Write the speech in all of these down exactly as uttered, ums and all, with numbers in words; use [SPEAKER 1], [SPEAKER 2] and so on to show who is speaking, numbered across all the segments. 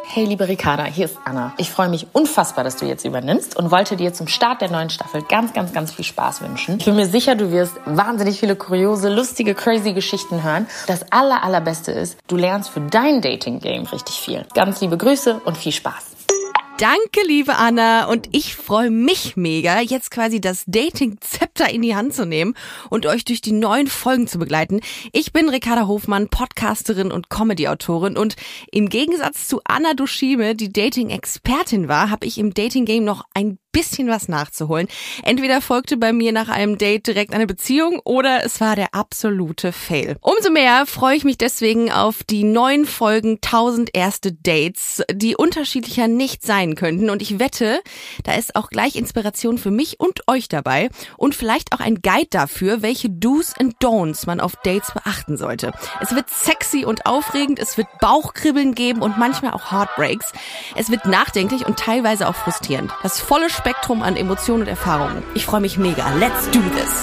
[SPEAKER 1] Hey liebe Ricarda, hier ist Anna. Ich freue mich unfassbar, dass du jetzt übernimmst und wollte dir zum Start der neuen Staffel ganz, ganz, ganz viel Spaß wünschen. Ich bin mir sicher, du wirst wahnsinnig viele kuriose, lustige, crazy Geschichten hören. Das aller, allerbeste ist, du lernst für dein Dating-Game richtig viel. Ganz liebe Grüße und viel Spaß.
[SPEAKER 2] Danke, liebe Anna. Und ich freue mich mega, jetzt quasi das Dating-Zepter in die Hand zu nehmen und euch durch die neuen Folgen zu begleiten. Ich bin Ricarda Hofmann, Podcasterin und Comedy-Autorin. Und im Gegensatz zu Anna Duschime, die Dating-Expertin war, habe ich im Dating-Game noch ein bisschen was nachzuholen. Entweder folgte bei mir nach einem Date direkt eine Beziehung oder es war der absolute Fail. Umso mehr freue ich mich deswegen auf die neuen Folgen tausend erste Dates, die unterschiedlicher nicht sein könnten. Und ich wette, da ist auch gleich Inspiration für mich und euch dabei und vielleicht auch ein Guide dafür, welche Do's and Don'ts man auf Dates beachten sollte. Es wird sexy und aufregend, es wird Bauchkribbeln geben und manchmal auch Heartbreaks. Es wird nachdenklich und teilweise auch frustrierend. Das volle Spektrum an Emotionen und Erfahrungen. Ich freue mich mega. Let's do this.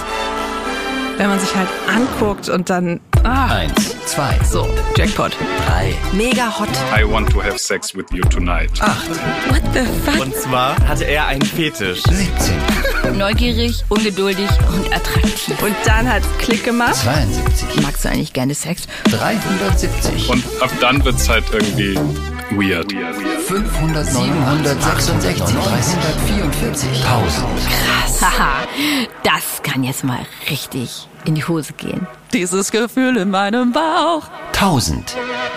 [SPEAKER 3] Wenn man sich halt anguckt und dann... Ah.
[SPEAKER 4] Eins, zwei,
[SPEAKER 3] so, Jackpot.
[SPEAKER 4] drei.
[SPEAKER 2] Mega hot.
[SPEAKER 5] I want to have sex with you tonight.
[SPEAKER 4] Acht.
[SPEAKER 2] What the fuck?
[SPEAKER 6] Und zwar hatte er einen Fetisch.
[SPEAKER 4] siebzehn.
[SPEAKER 7] Neugierig, ungeduldig und attraktiv.
[SPEAKER 3] Und dann hat's Klick gemacht.
[SPEAKER 4] zweiundsiebzig.
[SPEAKER 7] Magst du eigentlich gerne Sex?
[SPEAKER 4] dreihundertsiebzig.
[SPEAKER 5] Und ab dann wird's halt irgendwie weird.
[SPEAKER 4] fünfhundert, siebenhundertsechsundsechzig, dreihundertvierundvierzig. Tausend.
[SPEAKER 7] Krass. Haha, das kann jetzt mal richtig in die Hose gehen.
[SPEAKER 3] Dieses Gefühl in meinem Bauch.
[SPEAKER 4] Tausend.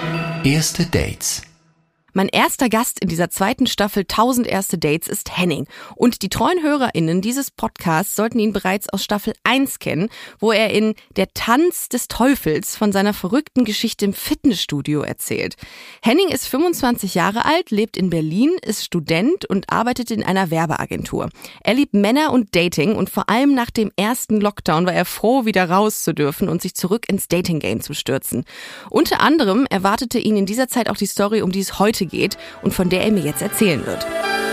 [SPEAKER 4] Erste Dates.
[SPEAKER 2] Mein erster Gast in dieser zweiten Staffel tausend erste Dates ist Henning. Und die treuen HörerInnen dieses Podcasts sollten ihn bereits aus Staffel eins kennen, wo er in Der Tanz des Teufels von seiner verrückten Geschichte im Fitnessstudio erzählt. Henning ist fünfundzwanzig Jahre alt, lebt in Berlin, ist Student und arbeitet in einer Werbeagentur. Er liebt Männer und Dating und vor allem nach dem ersten Lockdown war er froh, wieder raus zu dürfen und sich zurück ins Dating-Game zu stürzen. Unter anderem erwartete ihn in dieser Zeit auch die Story, um die es heute geht und von der er mir jetzt erzählen wird.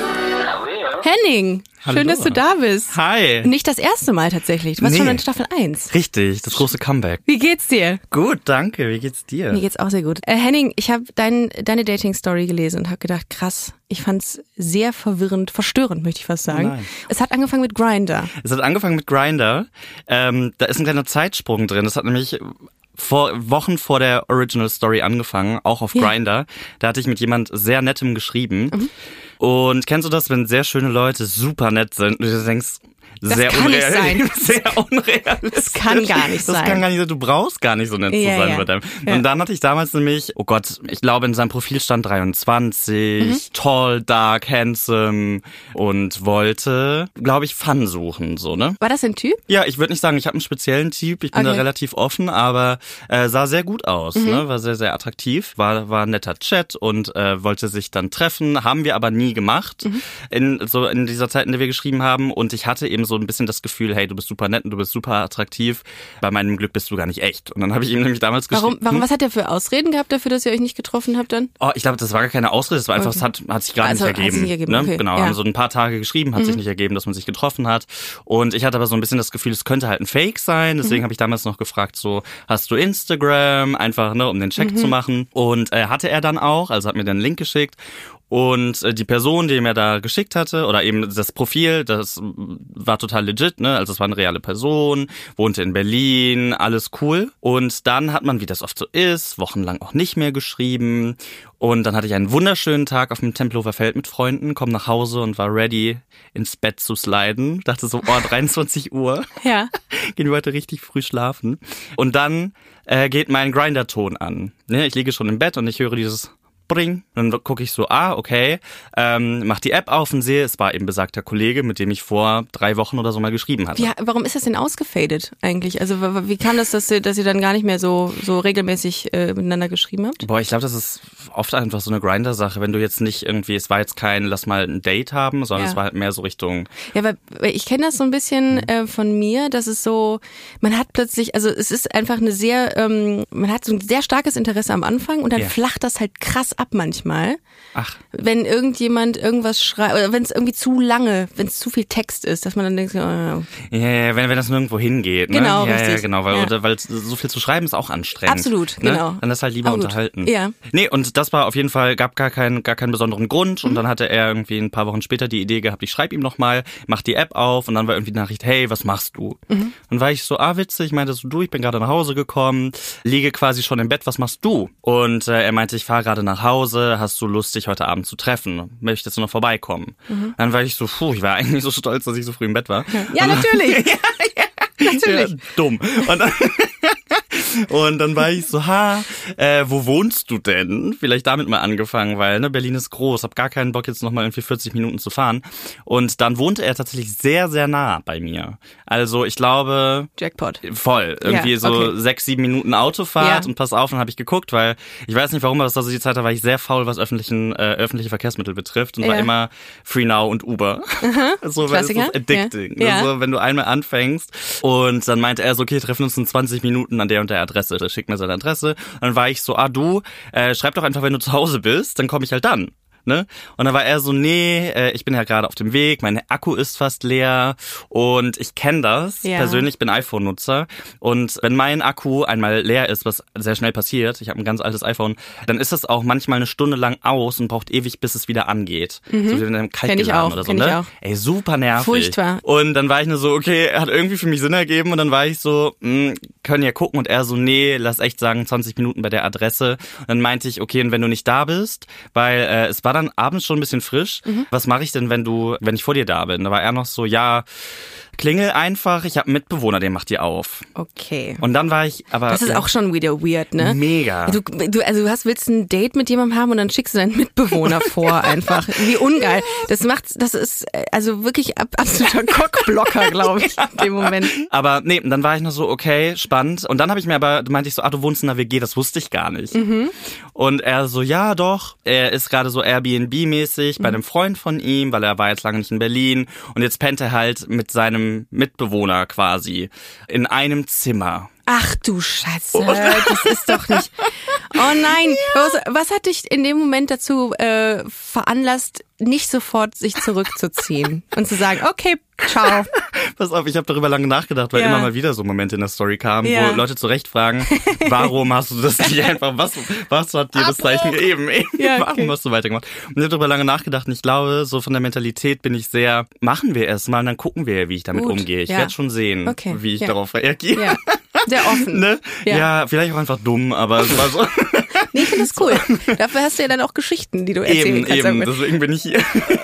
[SPEAKER 2] Henning,
[SPEAKER 6] Hallo.
[SPEAKER 2] Schön, dass du da bist.
[SPEAKER 6] Hi.
[SPEAKER 2] Nicht das erste Mal tatsächlich, du warst
[SPEAKER 6] Nee.
[SPEAKER 2] schon in Staffel eins.
[SPEAKER 6] Richtig, das große Comeback.
[SPEAKER 2] Wie geht's dir?
[SPEAKER 6] Gut, danke. Wie geht's dir?
[SPEAKER 2] Mir geht's auch sehr gut. Äh, Henning, ich habe dein, deine Dating-Story gelesen und habe gedacht, krass, ich fand's sehr verwirrend, verstörend, möchte ich fast sagen.
[SPEAKER 6] Nein.
[SPEAKER 2] Es hat angefangen mit Grindr.
[SPEAKER 6] Es hat angefangen mit Grindr. Ähm, da ist ein kleiner Zeitsprung drin. Das hat nämlich vor Wochen vor der Original Story angefangen, auch auf
[SPEAKER 2] Ja.
[SPEAKER 6] Grindr. Da hatte ich mit jemand sehr Nettem geschrieben.
[SPEAKER 2] Mhm.
[SPEAKER 6] Und kennst du das, wenn sehr schöne Leute super nett sind und du denkst,
[SPEAKER 2] Das
[SPEAKER 6] sehr
[SPEAKER 2] kann nicht
[SPEAKER 6] unrealistisch.
[SPEAKER 2] sein.
[SPEAKER 6] Sehr unrealistisch.
[SPEAKER 2] Das kann gar nicht
[SPEAKER 6] das
[SPEAKER 2] sein.
[SPEAKER 6] Das kann gar nicht sein. Du brauchst gar nicht so nett
[SPEAKER 2] Ja,
[SPEAKER 6] zu sein
[SPEAKER 2] ja.
[SPEAKER 6] mit einem.
[SPEAKER 2] Ja.
[SPEAKER 6] Und dann hatte ich damals nämlich, oh Gott, ich glaube in seinem Profil stand dreiundzwanzig,
[SPEAKER 2] Mhm.
[SPEAKER 6] tall, dark, handsome und wollte, glaube ich, Fun suchen, so, ne?
[SPEAKER 2] War das ein Typ?
[SPEAKER 6] Ja, ich würde nicht sagen, ich habe einen speziellen Typ, ich bin
[SPEAKER 2] Okay.
[SPEAKER 6] da relativ offen, aber äh, sah sehr gut aus,
[SPEAKER 2] Mhm.
[SPEAKER 6] ne? War sehr, sehr attraktiv, war war ein netter Chat und äh, wollte sich dann treffen, haben wir aber nie gemacht,
[SPEAKER 2] Mhm.
[SPEAKER 6] in so in dieser Zeit, in der wir geschrieben haben, und ich hatte eben so ein bisschen das Gefühl, hey, du bist super nett und du bist super attraktiv, bei meinem Glück bist du gar nicht echt. Und dann habe ich ihm nämlich damals geschrieben.
[SPEAKER 2] Warum, warum, was hat der für Ausreden gehabt dafür, dass ihr euch nicht getroffen habt dann?
[SPEAKER 6] Oh, ich glaube, das war gar keine Ausrede, das war einfach,
[SPEAKER 2] Okay.
[SPEAKER 6] es hat, hat sich gerade
[SPEAKER 2] Also,
[SPEAKER 6] nicht
[SPEAKER 2] hat sich
[SPEAKER 6] ergeben.
[SPEAKER 2] nicht ergeben,
[SPEAKER 6] Ne?
[SPEAKER 2] okay,
[SPEAKER 6] Genau,
[SPEAKER 2] ja.
[SPEAKER 6] haben so ein paar Tage geschrieben, hat
[SPEAKER 2] Mhm.
[SPEAKER 6] sich nicht ergeben, dass man sich getroffen hat. Und ich hatte aber so ein bisschen das Gefühl, es könnte halt ein Fake sein. Deswegen
[SPEAKER 2] Mhm.
[SPEAKER 6] habe ich damals noch gefragt, so, hast du Instagram? Einfach, ne, um den Check
[SPEAKER 2] Mhm.
[SPEAKER 6] zu machen. Und äh, hatte er dann auch, also hat mir dann einen Link geschickt. Und äh, die Person, die er mir da geschickt hatte, oder eben das Profil, das war total legit, ne? Also es war eine reale Person, wohnte in Berlin, alles cool. Und dann hat man, wie das oft so ist, wochenlang auch nicht mehr geschrieben. Und dann hatte ich einen wunderschönen Tag auf dem Tempelhofer Feld mit Freunden, komm nach Hause und war ready, ins Bett zu sliden. Dachte so, oh, dreiundzwanzig Uhr.
[SPEAKER 2] Ja.
[SPEAKER 6] Gehen wir heute richtig früh schlafen. Und dann äh, geht mein Grindr-Ton an. Ne? Ich liege schon im Bett und ich höre dieses Bring. Und dann gucke ich so, ah, okay, ähm, mach die App auf und sehe, es war eben besagter Kollege, mit dem ich vor drei Wochen oder so mal geschrieben hatte.
[SPEAKER 2] Ja, warum ist das denn ausgefadet eigentlich? Also w- w- wie kam das, dass ihr, dass ihr dann gar nicht mehr so so regelmäßig äh, miteinander geschrieben habt?
[SPEAKER 6] Boah, ich glaube, das ist oft einfach so eine Grindr-Sache, wenn du jetzt nicht irgendwie, es war jetzt kein, lass mal ein Date haben, sondern
[SPEAKER 2] Ja.
[SPEAKER 6] es war halt mehr so Richtung,
[SPEAKER 2] Ja, weil weil ich kenne das so ein bisschen
[SPEAKER 6] Mhm.
[SPEAKER 2] äh, von mir, dass es so, man hat plötzlich, also es ist einfach eine sehr, ähm, man hat so ein sehr starkes Interesse am Anfang und dann
[SPEAKER 6] Ja.
[SPEAKER 2] flacht das halt krass ab manchmal.
[SPEAKER 6] Ach.
[SPEAKER 2] Wenn irgendjemand irgendwas schreibt, oder wenn es irgendwie zu lange, wenn es zu viel Text ist, dass man dann denkt, oh,
[SPEAKER 6] ja, ja, wenn, wenn das nirgendwo hingeht. Ne?
[SPEAKER 2] Genau,
[SPEAKER 6] ja,
[SPEAKER 2] richtig.
[SPEAKER 6] Ja, genau, weil,
[SPEAKER 2] Ja.
[SPEAKER 6] oder, weil so viel zu schreiben ist auch anstrengend.
[SPEAKER 2] Absolut,
[SPEAKER 6] ne?
[SPEAKER 2] genau.
[SPEAKER 6] Dann ist halt lieber
[SPEAKER 2] Absolut.
[SPEAKER 6] unterhalten.
[SPEAKER 2] Ja.
[SPEAKER 6] Nee, und das war auf jeden Fall, gab gar keinen, gar keinen besonderen Grund. Und dann hatte er irgendwie ein paar Wochen später die Idee gehabt, ich schreibe ihm nochmal, mach die App auf und dann war irgendwie die Nachricht, hey, was machst du? Mhm. Und war ich so, ah, witzig, meinte so, du, ich bin gerade nach Hause gekommen, liege quasi schon im Bett, was machst du? Und äh, er meinte, ich fahre gerade nach Hause, hast du Lust, dich heute Abend zu treffen? Möchtest du noch vorbeikommen? Mhm. Dann war ich so, puh, ich war eigentlich so stolz, dass ich so früh im Bett war.
[SPEAKER 2] Ja,
[SPEAKER 6] und
[SPEAKER 2] natürlich.
[SPEAKER 6] ja, ja.
[SPEAKER 2] Natürlich.
[SPEAKER 6] Ja, dumm. Und dann, und dann war ich so, ha, äh, wo wohnst du denn? Vielleicht damit mal angefangen, weil ne, Berlin ist groß, hab gar keinen Bock jetzt nochmal irgendwie vierzig Minuten zu fahren. Und dann wohnte er tatsächlich sehr, sehr nah bei mir. Also ich glaube...
[SPEAKER 2] Jackpot.
[SPEAKER 6] Voll. Irgendwie
[SPEAKER 2] ja,
[SPEAKER 6] so
[SPEAKER 2] okay.
[SPEAKER 6] sechs, sieben Minuten Autofahrt
[SPEAKER 2] ja.
[SPEAKER 6] und pass auf, dann habe ich geguckt, weil ich weiß nicht warum, aber das war so die Zeit, da war ich sehr faul, was öffentlichen äh, öffentliche Verkehrsmittel betrifft und
[SPEAKER 2] ja.
[SPEAKER 6] war immer Free Now und Uber. so, weil es ist addicting.
[SPEAKER 2] Ja. Ja.
[SPEAKER 6] So, wenn du einmal anfängst und dann meinte er so, okay, treffen uns in zwanzig Minuten an der und der Adresse. Der schickt mir seine Adresse. Und dann war ich so, ah du, äh, schreib doch einfach, wenn du zu Hause bist, dann komme ich halt dann. Ne? Und dann war er so, nee, äh, ich bin ja gerade auf dem Weg, mein Akku ist fast leer und ich kenne das.
[SPEAKER 2] Ja.
[SPEAKER 6] Persönlich bin iPhone-Nutzer und wenn mein Akku einmal leer ist, was sehr schnell passiert, ich habe ein ganz altes iPhone, dann ist das auch manchmal eine Stunde lang aus und braucht ewig, bis es wieder angeht.
[SPEAKER 2] Mhm.
[SPEAKER 6] So wie in einem
[SPEAKER 2] Kenn ich auch,
[SPEAKER 6] oder so,
[SPEAKER 2] kenn
[SPEAKER 6] ne?
[SPEAKER 2] ich auch.
[SPEAKER 6] Ey, super nervig.
[SPEAKER 2] Furchtbar.
[SPEAKER 6] Und dann war ich nur so, okay, hat irgendwie für mich Sinn ergeben und dann war ich so, mh, können ja gucken und er so, nee, lass echt sagen zwanzig Minuten bei der Adresse. Und dann meinte ich, okay, und wenn du nicht da bist, weil äh, es war dann abends schon ein bisschen frisch. Mhm. Was mache ich denn, wenn du, wenn ich vor dir da bin? Da war er noch so, ja, klingel einfach, ich habe einen Mitbewohner, der macht dir auf.
[SPEAKER 2] Okay.
[SPEAKER 6] Und dann war ich, aber...
[SPEAKER 2] Das ist auch schon wieder weird, ne?
[SPEAKER 6] Mega.
[SPEAKER 2] Du, du, also du hast, willst ein Date mit jemandem haben und dann schickst du deinen Mitbewohner vor einfach. Wie ungeil. Das macht, das ist also wirklich ab, absoluter Cockblocker, glaube ich, in dem Moment.
[SPEAKER 6] Aber nee, dann war ich noch so, okay, spannend. Und dann habe ich mir aber, meinte ich so, ah, du wohnst in einer W G, das wusste ich gar nicht. Mhm. Und er so, ja doch, er ist gerade so Airbnb-mäßig mhm. bei einem Freund von ihm, weil er war jetzt lange nicht in Berlin. Und jetzt pennt er halt mit seinem Mitbewohner quasi in einem Zimmer.
[SPEAKER 2] Ach du Scheiße, das ist doch nicht... Oh nein, ja. was, was hat dich in dem Moment dazu äh, veranlasst, nicht sofort sich zurückzuziehen und zu sagen, okay, ciao.
[SPEAKER 6] Pass auf, ich habe darüber lange nachgedacht, weil ja. immer mal wieder so Momente in der Story kamen, ja. wo Leute zu Recht fragen, warum hast du das nicht einfach, was, was hat dir das Zeichen gegeben? Ja, warum okay. hast du weitergemacht? Und ich habe darüber lange nachgedacht und ich glaube, so von der Mentalität bin ich sehr, machen wir es mal und dann gucken wir, wie ich damit Gut. umgehe. Ich ja. werde schon sehen, okay. wie ich ja. darauf reagiere.
[SPEAKER 2] Ja. Sehr offen.
[SPEAKER 6] Ne? Ja. ja, vielleicht auch einfach dumm, aber es war so.
[SPEAKER 2] Nee, ich finde das cool. Dafür hast du ja dann auch Geschichten, die du erzählen
[SPEAKER 6] eben,
[SPEAKER 2] kannst.
[SPEAKER 6] Eben, deswegen bin ich hier.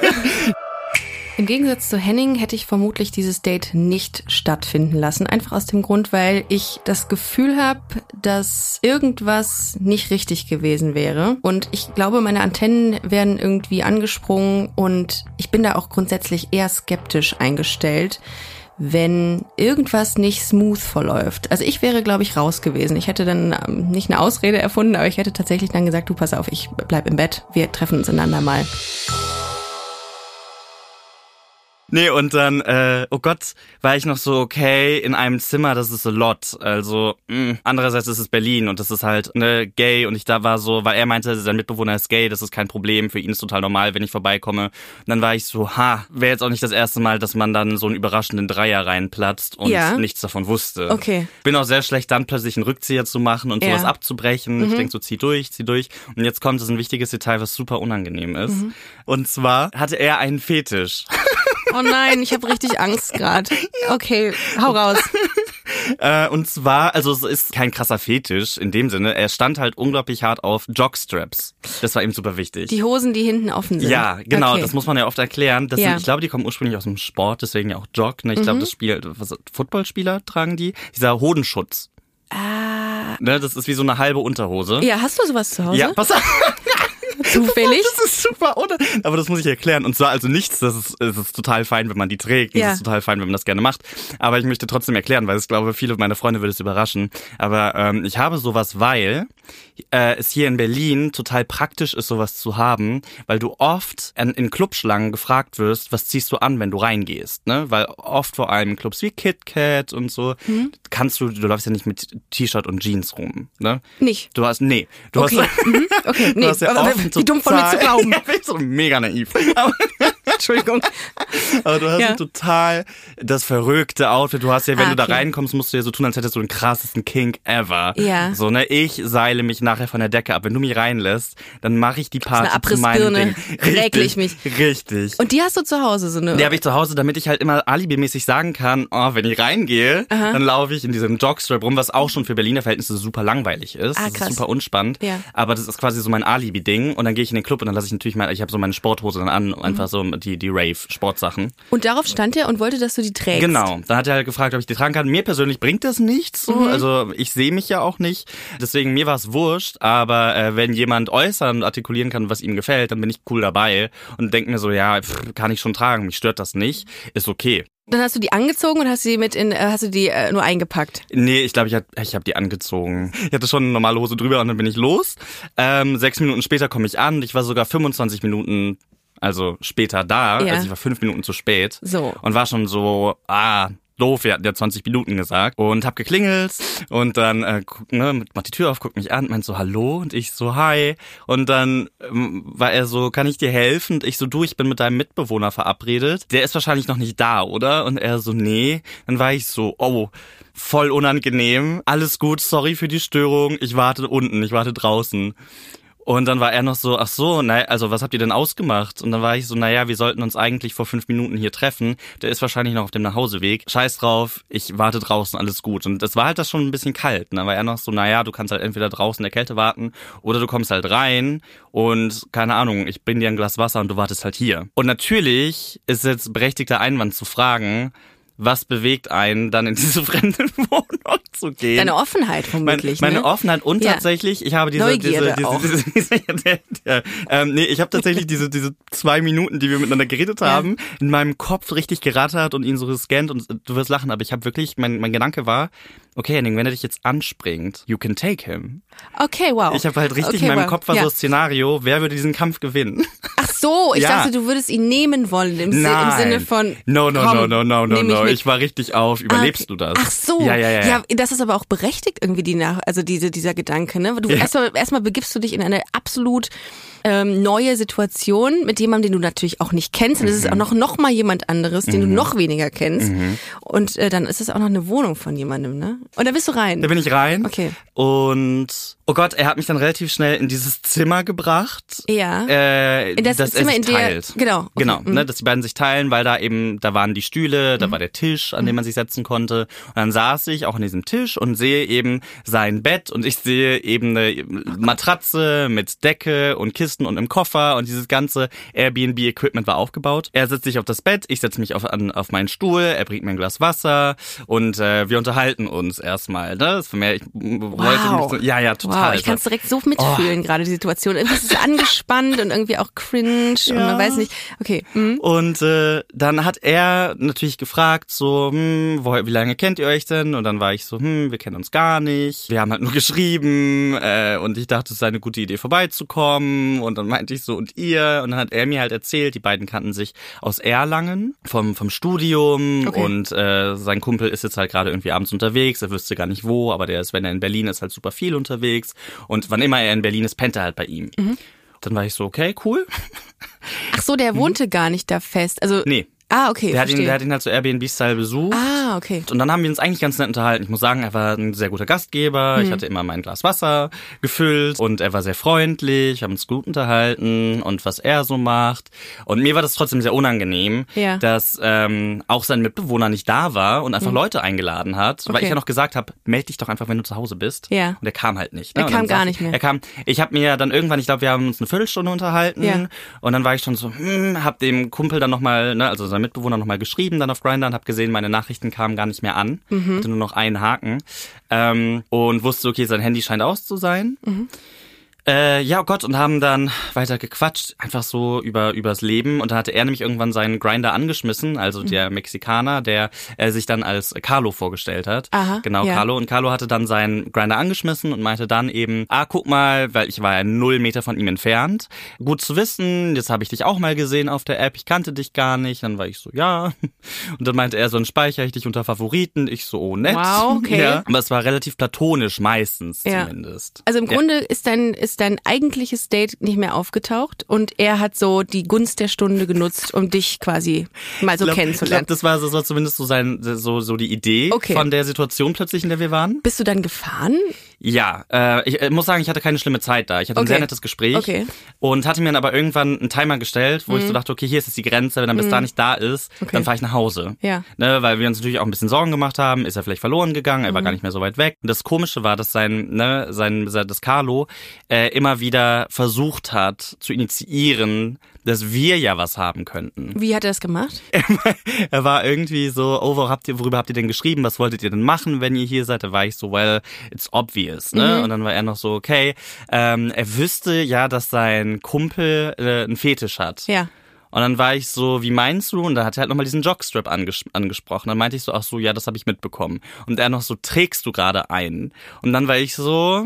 [SPEAKER 2] Im Gegensatz zu Henning hätte ich vermutlich dieses Date nicht stattfinden lassen. Einfach aus dem Grund, weil ich das Gefühl habe, dass irgendwas nicht richtig gewesen wäre. Und ich glaube, meine Antennen werden irgendwie angesprungen und ich bin da auch grundsätzlich eher skeptisch eingestellt, wenn irgendwas nicht smooth verläuft. Also ich wäre, glaube ich, raus gewesen. Ich hätte dann ähm, nicht eine Ausrede erfunden, aber ich hätte tatsächlich dann gesagt, du, pass auf, ich bleib im Bett, wir treffen uns ein andermal.
[SPEAKER 6] Nee, und dann, äh, oh Gott, war ich noch so, okay, in einem Zimmer, das ist a lot. Also, mh. andererseits ist es Berlin und das ist halt, ne, gay und ich da war so, weil er meinte, sein Mitbewohner ist gay, das ist kein Problem, für ihn ist total normal, wenn ich vorbeikomme. Und dann war ich so, ha, wäre jetzt auch nicht das erste Mal, dass man dann so einen überraschenden Dreier reinplatzt und
[SPEAKER 2] ja.
[SPEAKER 6] nichts davon wusste.
[SPEAKER 2] Okay.
[SPEAKER 6] Bin auch sehr schlecht, dann plötzlich einen Rückzieher zu machen und
[SPEAKER 2] ja.
[SPEAKER 6] sowas abzubrechen. Mhm. Ich denk so, zieh durch, zieh durch. Und jetzt kommt es ein wichtiges Detail, was super unangenehm ist. Mhm. Und zwar hatte er einen Fetisch.
[SPEAKER 2] Oh nein, ich habe richtig Angst gerade. Okay, hau raus.
[SPEAKER 6] äh, und zwar, also es ist kein krasser Fetisch in dem Sinne, er stand halt unglaublich hart auf Jockstraps. Das war ihm super wichtig.
[SPEAKER 2] Die Hosen, die hinten offen sind.
[SPEAKER 6] Ja, genau,
[SPEAKER 2] okay.
[SPEAKER 6] Das muss man ja oft erklären. Das
[SPEAKER 2] ja.
[SPEAKER 6] sind, ich glaube, die kommen ursprünglich aus dem Sport, deswegen ja auch Jog. Ne? Ich mhm. glaube, das Spiel, was, Footballspieler tragen die. Dieser Hodenschutz.
[SPEAKER 2] Ah.
[SPEAKER 6] Ne, das ist wie so eine halbe Unterhose.
[SPEAKER 2] Ja, hast du sowas zu Hause?
[SPEAKER 6] Ja, pass auf.
[SPEAKER 2] zufällig.
[SPEAKER 6] Das ist super, oder? Aber das muss ich erklären. Und zwar also nichts, das ist, es ist total fein, wenn man die trägt.
[SPEAKER 2] Ja.
[SPEAKER 6] Es ist total fein, wenn man das gerne macht. Aber ich möchte trotzdem erklären, weil ich glaube, viele meiner Freunde würde es überraschen. Aber ähm, ich habe sowas, weil äh, es hier in Berlin total praktisch ist, sowas zu haben, weil du oft in, in Clubschlangen gefragt wirst, was ziehst du an, wenn du reingehst, ne? Weil oft vor allem in Clubs wie KitKat und so, mhm. kannst du, du läufst ja nicht mit T-Shirt und Jeans rum, ne?
[SPEAKER 2] Nicht?
[SPEAKER 6] Du hast, nee. Du
[SPEAKER 2] okay.
[SPEAKER 6] hast,
[SPEAKER 2] mhm. okay, nee.
[SPEAKER 6] Ja
[SPEAKER 2] aber wie dumm von mir zu glauben.
[SPEAKER 6] Ja, ich bin so mega naiv. Aber,
[SPEAKER 2] Entschuldigung.
[SPEAKER 6] Aber du hast
[SPEAKER 2] ja.
[SPEAKER 6] total das verrückte Outfit. Du hast ja, wenn
[SPEAKER 2] ah,
[SPEAKER 6] du da
[SPEAKER 2] okay.
[SPEAKER 6] reinkommst, musst du ja so tun, als hättest du den krassesten Kink ever.
[SPEAKER 2] Ja.
[SPEAKER 6] So, ne, ich seile mich nachher von der Decke ab. Wenn du mich reinlässt, dann mache ich die Party zu meinem Ding.
[SPEAKER 2] Räkle ich mich.
[SPEAKER 6] Richtig.
[SPEAKER 2] Und die hast du zu Hause, so eine?
[SPEAKER 6] Die habe ich zu Hause, damit ich halt immer alibimäßig sagen kann, oh, wenn ich reingehe, Aha. dann laufe ich in diesem Jogstrap rum, was auch schon für Berliner Verhältnisse super langweilig ist.
[SPEAKER 2] Ah,
[SPEAKER 6] das
[SPEAKER 2] krass.
[SPEAKER 6] ist super unspannend.
[SPEAKER 2] Ja.
[SPEAKER 6] Aber das ist quasi so mein Alibi-Ding. Und dann gehe ich in den Club und dann lasse ich natürlich mal, ich habe so meine Sporthose dann an, einfach so die, die Rave-Sportsachen.
[SPEAKER 2] Und darauf stand er und wollte, dass du die trägst.
[SPEAKER 6] Genau. Dann hat er halt gefragt, ob ich die tragen kann. Mir persönlich bringt das nichts so. Mhm. Also ich sehe mich ja auch nicht. Deswegen, mir war es wurscht. Aber äh, wenn jemand äußern und artikulieren kann, was ihm gefällt, dann bin ich cool dabei und denke mir so, ja, pff, kann ich schon tragen. Mich stört das nicht. Ist okay.
[SPEAKER 2] Dann hast du die angezogen und hast du die mit in, hast du die äh, nur eingepackt?
[SPEAKER 6] Nee, ich glaube, ich hab, ich hab die angezogen. Ich hatte schon eine normale Hose drüber und dann bin ich los. Ähm, sechs Minuten später komme ich an. Ich war sogar fünfundzwanzig Minuten, also später da.
[SPEAKER 2] Ja.
[SPEAKER 6] Also ich war fünf Minuten zu spät.
[SPEAKER 2] So.
[SPEAKER 6] Und war schon so, ah, doof, wir hatten ja zwanzig Minuten gesagt. Und hab geklingelt und dann äh, ne, macht die Tür auf, guckt mich an, meint so, hallo? Und ich so, hi. Und dann ähm, war er so, kann ich dir helfen? Und ich so, du, ich bin mit deinem Mitbewohner verabredet. Der ist wahrscheinlich noch nicht da, oder? Und er so, nee. Dann war ich so, oh, voll unangenehm. Alles gut, sorry für die Störung. Ich warte unten, ich warte draußen. Und dann war er noch so, ach so, naja, also was habt ihr denn ausgemacht? Und dann war ich so, naja, wir sollten uns eigentlich vor fünf Minuten hier treffen. Der ist wahrscheinlich noch auf dem Nachhauseweg. Scheiß drauf, ich warte draußen, alles gut. Und das war halt das schon ein bisschen kalt. Und dann war er noch so, naja, du kannst halt entweder draußen in der Kälte warten oder du kommst halt rein und keine Ahnung, ich bring dir ein Glas Wasser und du wartest halt hier. Und natürlich ist jetzt berechtigter Einwand zu fragen, was bewegt einen, dann in diese fremde Wohnung zu gehen?
[SPEAKER 2] Deine Offenheit vermutlich,
[SPEAKER 6] Meine, meine
[SPEAKER 2] ne?
[SPEAKER 6] Offenheit und
[SPEAKER 2] ja.
[SPEAKER 6] tatsächlich, ich habe diese,
[SPEAKER 2] Neugierde
[SPEAKER 6] diese,
[SPEAKER 2] auch.
[SPEAKER 6] diese, diese, diese der, der, ähm, nee, ich habe tatsächlich diese, diese zwei Minuten, die wir miteinander geredet haben, ja. in meinem Kopf richtig gerattert und ihn so gescannt und du wirst lachen, aber ich habe wirklich, mein, mein Gedanke war, okay, Henning, wenn er dich jetzt anspringt, you can take him.
[SPEAKER 2] Okay, wow.
[SPEAKER 6] Ich habe halt richtig
[SPEAKER 2] okay,
[SPEAKER 6] in meinem
[SPEAKER 2] wow.
[SPEAKER 6] Kopf war
[SPEAKER 2] ja.
[SPEAKER 6] so das Szenario, wer würde diesen Kampf gewinnen?
[SPEAKER 2] Ach so, ich
[SPEAKER 6] ja.
[SPEAKER 2] dachte, du würdest ihn nehmen wollen, im,
[SPEAKER 6] Nein.
[SPEAKER 2] im Sinne von,
[SPEAKER 6] No, no,
[SPEAKER 2] komm,
[SPEAKER 6] no, no, no, no,
[SPEAKER 2] nehm ich
[SPEAKER 6] no.
[SPEAKER 2] mit.
[SPEAKER 6] Ich war richtig auf, überlebst
[SPEAKER 2] ah, okay.
[SPEAKER 6] du das?
[SPEAKER 2] Ach so.
[SPEAKER 6] Ja, ja, ja. Ja,
[SPEAKER 2] ja das ist aber auch berechtigt irgendwie, die nach, also diese, dieser Gedanke, ne? Du,
[SPEAKER 6] ja.
[SPEAKER 2] erstmal, erstmal begibst du dich in eine absolut ähm, neue Situation mit jemandem, den du natürlich auch nicht kennst. Und es ist auch noch, noch mal jemand anderes, den mhm. du noch weniger kennst. Mhm. Und äh, dann ist es auch noch eine Wohnung von jemandem, ne? Und da bist du rein.
[SPEAKER 6] Da bin ich rein.
[SPEAKER 2] Okay.
[SPEAKER 6] Und oh Gott, er hat mich dann relativ schnell in dieses Zimmer gebracht.
[SPEAKER 2] Ja.
[SPEAKER 6] Äh,
[SPEAKER 2] in das
[SPEAKER 6] dass
[SPEAKER 2] Zimmer,
[SPEAKER 6] er sich
[SPEAKER 2] in der,
[SPEAKER 6] teilt.
[SPEAKER 2] genau. Okay.
[SPEAKER 6] Genau,
[SPEAKER 2] mhm.
[SPEAKER 6] ne, dass die beiden sich teilen, weil da eben, da waren die Stühle, da
[SPEAKER 2] mhm.
[SPEAKER 6] war der Tisch, an dem man sich setzen konnte. Und dann saß ich auch an diesem Tisch und sehe eben sein Bett und ich sehe eben eine Matratze mit Decke und Kisten und einem Koffer und dieses ganze Airbnb-Equipment war aufgebaut. Er setzt sich auf das Bett, ich setze mich auf, an, auf meinen Stuhl, er bringt mir ein Glas Wasser und äh, wir unterhalten uns erstmal. Ne? Das für mich, ich
[SPEAKER 2] wow.
[SPEAKER 6] wollte mich so, ja, ja, total.
[SPEAKER 2] Wow, ich kann es direkt so mitfühlen, oh. gerade die Situation. Irgendwie ist es angespannt und irgendwie auch cringe ja. und man weiß nicht. Okay. Mhm.
[SPEAKER 6] Und äh, dann hat er natürlich gefragt, so, hm, wo, wie lange kennt ihr euch denn? Und dann war ich so, hm, wir kennen uns gar nicht. Wir haben halt nur geschrieben äh, und ich dachte, es sei eine gute Idee, vorbeizukommen. Und dann meinte ich so, und ihr? Und dann hat er mir halt erzählt, die beiden kannten sich aus Erlangen vom vom Studium okay. und äh, sein Kumpel ist jetzt halt gerade irgendwie abends unterwegs. Er wüsste gar nicht wo, aber der ist, wenn er in Berlin ist, halt super viel unterwegs. Und wann immer er in Berlin ist, pennt er halt bei ihm. Mhm. Dann war ich so, okay, cool.
[SPEAKER 2] Ach so, der wohnte mhm. gar nicht da fest. Also
[SPEAKER 6] nee.
[SPEAKER 2] Ah, okay,
[SPEAKER 6] der hat, ihn,
[SPEAKER 2] verstehe.
[SPEAKER 6] der hat ihn halt so Airbnb-Style besucht.
[SPEAKER 2] Ah, okay.
[SPEAKER 6] Und dann haben wir uns eigentlich ganz nett unterhalten. Ich muss sagen, er war ein sehr guter Gastgeber. Hm. Ich hatte immer mein Glas Wasser gefüllt und er war sehr freundlich. Wir haben uns gut unterhalten und was er so macht. Und mir war das trotzdem sehr unangenehm,
[SPEAKER 2] ja.
[SPEAKER 6] dass ähm, auch sein Mitbewohner nicht da war und einfach hm. Leute eingeladen hat.
[SPEAKER 2] Okay.
[SPEAKER 6] Weil ich ja noch gesagt habe, melde dich doch einfach, wenn du zu Hause bist.
[SPEAKER 2] Ja.
[SPEAKER 6] Und er kam halt nicht. Ne?
[SPEAKER 2] Er
[SPEAKER 6] und
[SPEAKER 2] kam gar
[SPEAKER 6] ich,
[SPEAKER 2] nicht mehr.
[SPEAKER 6] Er kam. Ich habe mir dann irgendwann, ich glaube, wir haben uns eine Viertelstunde unterhalten.
[SPEAKER 2] Ja.
[SPEAKER 6] Und dann war ich schon so, hm, hab dem Kumpel dann nochmal, ne, also sein Mitbewohner nochmal geschrieben dann auf Grindr und habe gesehen, meine Nachrichten kamen gar nicht mehr an. Mhm. Hatte nur noch einen Haken. Ähm, und wusste, okay, sein Handy scheint aus zu sein. Mhm. Äh, ja, oh Gott, und haben dann weiter gequatscht, einfach so über übers Leben. Und dann hatte er nämlich irgendwann seinen Grinder angeschmissen, also mhm. der Mexikaner, der äh, sich dann als Carlo vorgestellt hat.
[SPEAKER 2] Aha,
[SPEAKER 6] genau,
[SPEAKER 2] ja.
[SPEAKER 6] Carlo. Und Carlo hatte dann seinen Grinder angeschmissen und meinte dann eben, ah, guck mal, weil ich war ja null Meter von ihm entfernt. Gut zu wissen, jetzt habe ich dich auch mal gesehen auf der App, ich kannte dich gar nicht. Dann war ich so, ja. Und dann meinte er, so, dann speichere ich dich unter Favoriten. Ich so, oh, nett.
[SPEAKER 2] Wow, okay.
[SPEAKER 6] Ja, aber es war relativ platonisch, meistens
[SPEAKER 2] ja.
[SPEAKER 6] zumindest.
[SPEAKER 2] Also im
[SPEAKER 6] ja.
[SPEAKER 2] Grunde ist dein, ist dein eigentliches Date nicht mehr aufgetaucht und er hat so die Gunst der Stunde genutzt, um dich quasi mal so
[SPEAKER 6] ich glaub,
[SPEAKER 2] kennenzulernen.
[SPEAKER 6] Ich glaube, das war, das war zumindest so sein, so, so die Idee
[SPEAKER 2] okay.
[SPEAKER 6] von der Situation plötzlich, in der wir waren.
[SPEAKER 2] Bist du dann gefahren?
[SPEAKER 6] Ja, äh, ich äh, muss sagen, ich hatte keine schlimme Zeit da. Ich hatte
[SPEAKER 2] okay.
[SPEAKER 6] ein sehr nettes Gespräch
[SPEAKER 2] okay.
[SPEAKER 6] und hatte mir dann aber irgendwann einen Timer gestellt, wo
[SPEAKER 2] mhm.
[SPEAKER 6] ich so dachte, okay, hier ist jetzt die Grenze, wenn er bis mhm. da nicht da ist,
[SPEAKER 2] okay.
[SPEAKER 6] dann fahre ich nach Hause.
[SPEAKER 2] Ja.
[SPEAKER 6] Ne, weil wir uns natürlich auch ein bisschen Sorgen gemacht haben, ist er vielleicht verloren gegangen, er
[SPEAKER 2] mhm.
[SPEAKER 6] war gar nicht mehr so weit weg. Und das Komische war, dass sein, ne, sein, das Carlo äh, immer wieder versucht hat zu initiieren, dass wir ja was haben könnten.
[SPEAKER 2] Wie hat er das gemacht?
[SPEAKER 6] Er war irgendwie so, oh, worüber habt ihr, worüber habt ihr denn geschrieben? Was wolltet ihr denn machen, wenn ihr hier seid? Da war ich so, well, it's obvious, ne?
[SPEAKER 2] Mhm.
[SPEAKER 6] Und dann war er noch so, okay, ähm, er wüsste ja, dass sein Kumpel äh, einen Fetisch hat.
[SPEAKER 2] Ja.
[SPEAKER 6] Und dann war ich so, wie meinst du? Und da hat er halt nochmal diesen Jockstrap anges- angesprochen. Dann meinte ich so, ach so, ja, das habe ich mitbekommen. Und er noch so, trägst du gerade einen? Und dann war ich so,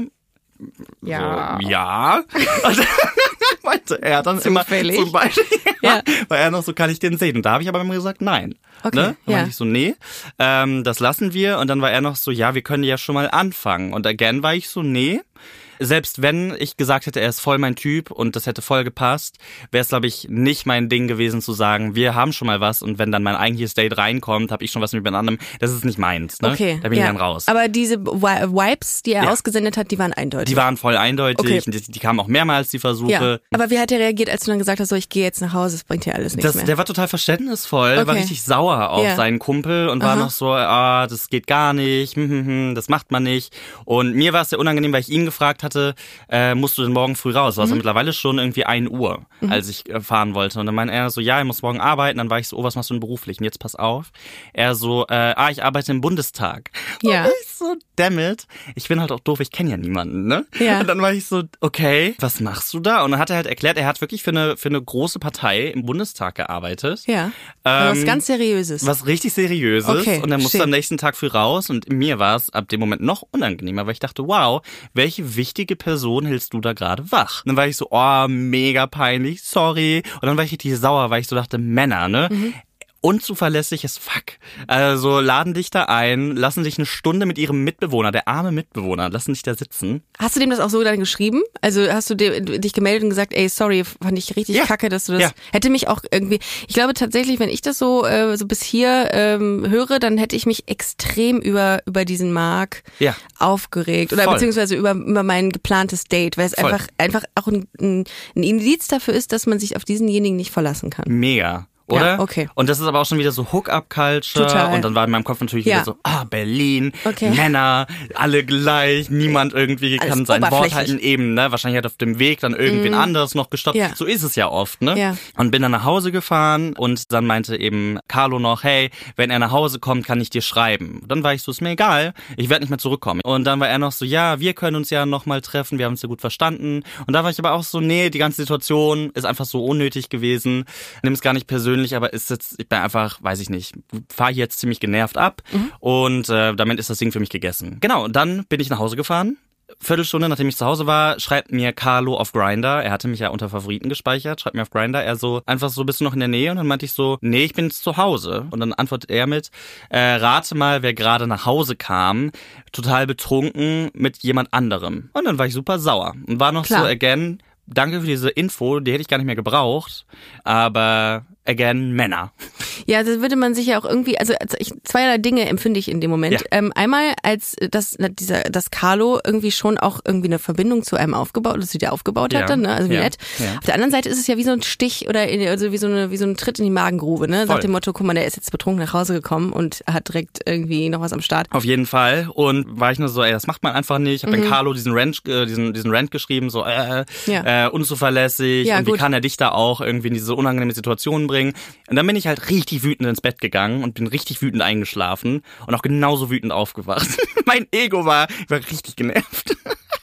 [SPEAKER 2] ja,
[SPEAKER 6] so, ja. Und meinte er dann
[SPEAKER 2] Zufällig.
[SPEAKER 6] immer zum Beispiel,
[SPEAKER 2] ja.
[SPEAKER 6] war er noch so, kann ich den sehen? Und da habe ich aber immer gesagt, nein.
[SPEAKER 2] Okay,
[SPEAKER 6] ne? Dann
[SPEAKER 2] ja.
[SPEAKER 6] meinte ich so, nee, ähm, das lassen wir. Und dann war er noch so, ja, wir können ja schon mal anfangen. Und again war ich so, nee. Selbst wenn ich gesagt hätte, er ist voll mein Typ und das hätte voll gepasst, wäre es, glaube ich, nicht mein Ding gewesen zu sagen, wir haben schon mal was und wenn dann mein eigentliches Date reinkommt, habe ich schon was mit jemand anderem. Das ist nicht meins. Ne?
[SPEAKER 2] Okay,
[SPEAKER 6] da bin
[SPEAKER 2] ja.
[SPEAKER 6] ich dann raus.
[SPEAKER 2] Aber diese Vibes, die er
[SPEAKER 6] ja.
[SPEAKER 2] ausgesendet hat, die waren eindeutig.
[SPEAKER 6] Die waren voll eindeutig.
[SPEAKER 2] Okay.
[SPEAKER 6] Die, die kamen auch mehrmals, die Versuche.
[SPEAKER 2] Ja. Aber wie hat er reagiert, als du dann gesagt hast, so, ich gehe jetzt nach Hause, das bringt hier alles nichts
[SPEAKER 6] das,
[SPEAKER 2] mehr?
[SPEAKER 6] Der war total verständnisvoll,
[SPEAKER 2] okay.
[SPEAKER 6] war richtig sauer auf
[SPEAKER 2] ja.
[SPEAKER 6] seinen Kumpel und war
[SPEAKER 2] Aha.
[SPEAKER 6] noch so, ah, das geht gar nicht, hm, hm, hm, das macht man nicht. Und mir war es sehr unangenehm, weil ich ihn gefragt hatte, äh, musst du denn morgen früh raus? War es mhm. mittlerweile schon irgendwie ein Uhr, mhm. als ich äh, fahren wollte. Und dann meinte er so, ja, ich muss morgen arbeiten. Dann war ich so, oh, was machst du denn beruflich? Und jetzt pass auf. Er so, äh, ah, ich arbeite im Bundestag.
[SPEAKER 2] Ja.
[SPEAKER 6] Und ich so, damn it. Ich bin halt auch doof, ich kenne ja niemanden, ne?
[SPEAKER 2] Ja.
[SPEAKER 6] Und dann war ich so, okay, was machst du da? Und dann hat er halt erklärt, er hat wirklich für eine, für eine große Partei im Bundestag gearbeitet.
[SPEAKER 2] Ja.
[SPEAKER 6] Ähm,
[SPEAKER 2] was ganz Seriöses.
[SPEAKER 6] Was richtig Seriöses.
[SPEAKER 2] Okay,
[SPEAKER 6] und er musste
[SPEAKER 2] verstehe.
[SPEAKER 6] am nächsten Tag früh raus. Und mir war es ab dem Moment noch unangenehmer, weil ich dachte, wow, welche wichtige Person hältst du da gerade wach? Und dann war ich so, oh, mega peinlich, sorry. Und dann war ich richtig sauer, weil ich so dachte, Männer, ne? Mhm. Unzuverlässiges Fuck. Also laden dich da ein, lassen dich eine Stunde mit ihrem Mitbewohner, der arme Mitbewohner, lassen dich da sitzen.
[SPEAKER 2] Hast du dem das auch so dann geschrieben? Also hast du dich gemeldet und gesagt, ey, sorry, fand ich richtig
[SPEAKER 6] ja.
[SPEAKER 2] kacke, dass du das...
[SPEAKER 6] Ja.
[SPEAKER 2] Hätte mich auch irgendwie... Ich glaube tatsächlich, wenn ich das so äh, so bis hier ähm, höre, dann hätte ich mich extrem über über diesen Mark
[SPEAKER 6] ja.
[SPEAKER 2] aufgeregt. Oder
[SPEAKER 6] Voll.
[SPEAKER 2] beziehungsweise über, über mein geplantes Date, weil es
[SPEAKER 6] Voll.
[SPEAKER 2] einfach einfach auch ein, ein, ein Indiz dafür ist, dass man sich auf diesenjenigen nicht verlassen kann.
[SPEAKER 6] Mega. Oder?
[SPEAKER 2] Ja, okay.
[SPEAKER 6] Und das ist aber auch schon wieder so Hook-up-Culture.
[SPEAKER 2] Total.
[SPEAKER 6] Und dann war in meinem Kopf natürlich
[SPEAKER 2] Ja.
[SPEAKER 6] wieder so, ah, Berlin,
[SPEAKER 2] Okay.
[SPEAKER 6] Männer, alle gleich, niemand irgendwie
[SPEAKER 2] Alles
[SPEAKER 6] kann sein Wort
[SPEAKER 2] oberflächlich.
[SPEAKER 6] halten. Eben, ne? Wahrscheinlich hat auf dem Weg dann irgendwen
[SPEAKER 2] Mm.
[SPEAKER 6] anderes noch gestoppt.
[SPEAKER 2] Ja.
[SPEAKER 6] So ist es ja oft, ne?
[SPEAKER 2] Ja.
[SPEAKER 6] Und bin dann nach Hause gefahren und dann meinte eben Carlo noch, hey, wenn er nach Hause kommt, kann ich dir schreiben. Dann war ich so, ist mir egal, ich werde nicht mehr zurückkommen. Und dann war er noch so, ja, wir können uns ja nochmal treffen, wir haben uns ja gut verstanden. Und da war ich aber auch so, nee, die ganze Situation ist einfach so unnötig gewesen. Nimm es gar nicht persönlich, aber ist jetzt, ich bin einfach, weiß ich nicht, fahre hier jetzt ziemlich genervt ab mhm. und äh, damit ist das Ding für mich gegessen. Genau, und dann bin ich nach Hause gefahren. Viertelstunde, nachdem ich zu Hause war, schreibt mir Carlo auf Grindr, er hatte mich ja unter Favoriten gespeichert, schreibt mir auf Grindr, er so, einfach so, bist du noch in der Nähe? Und dann meinte ich so, nee, ich bin jetzt zu Hause. Und dann antwortet er mit, äh, rate mal, wer gerade nach Hause kam, total betrunken mit jemand anderem. Und dann war ich super sauer und war noch
[SPEAKER 2] Klar.
[SPEAKER 6] so, again, danke für diese Info, die hätte ich gar nicht mehr gebraucht, aber again, Männer.
[SPEAKER 2] Ja, das würde man sich ja auch irgendwie, also ich, zweierlei Dinge empfinde ich in dem Moment.
[SPEAKER 6] Ja.
[SPEAKER 2] Ähm, einmal, als das, dieser, das Carlo irgendwie schon auch irgendwie eine Verbindung zu einem aufgebaut, oder zu dir aufgebaut
[SPEAKER 6] Ja.
[SPEAKER 2] hat dann, ne? Also wie
[SPEAKER 6] Ja.
[SPEAKER 2] nett.
[SPEAKER 6] Ja.
[SPEAKER 2] Auf der anderen Seite ist es ja wie so ein Stich oder in, also wie so eine, wie so ein Tritt in die Magengrube, ne?
[SPEAKER 6] Voll.
[SPEAKER 2] Nach dem Motto, guck mal, der ist jetzt betrunken nach Hause gekommen und hat direkt irgendwie noch was am Start.
[SPEAKER 6] Auf jeden Fall. Und war ich nur so, ey, das macht man einfach nicht. Ich habe
[SPEAKER 2] Mhm.
[SPEAKER 6] dann Carlo diesen Rant, äh, diesen, diesen Rant geschrieben, so, äh,
[SPEAKER 2] Ja.
[SPEAKER 6] äh, unzuverlässig.
[SPEAKER 2] Ja,
[SPEAKER 6] und wie
[SPEAKER 2] gut.
[SPEAKER 6] kann er dich da auch irgendwie in diese unangenehme Situation bringen? Und dann bin ich halt richtig wütend ins Bett gegangen und bin richtig wütend eingeschlafen und auch genauso wütend aufgewacht. Mein Ego war, ich war richtig genervt.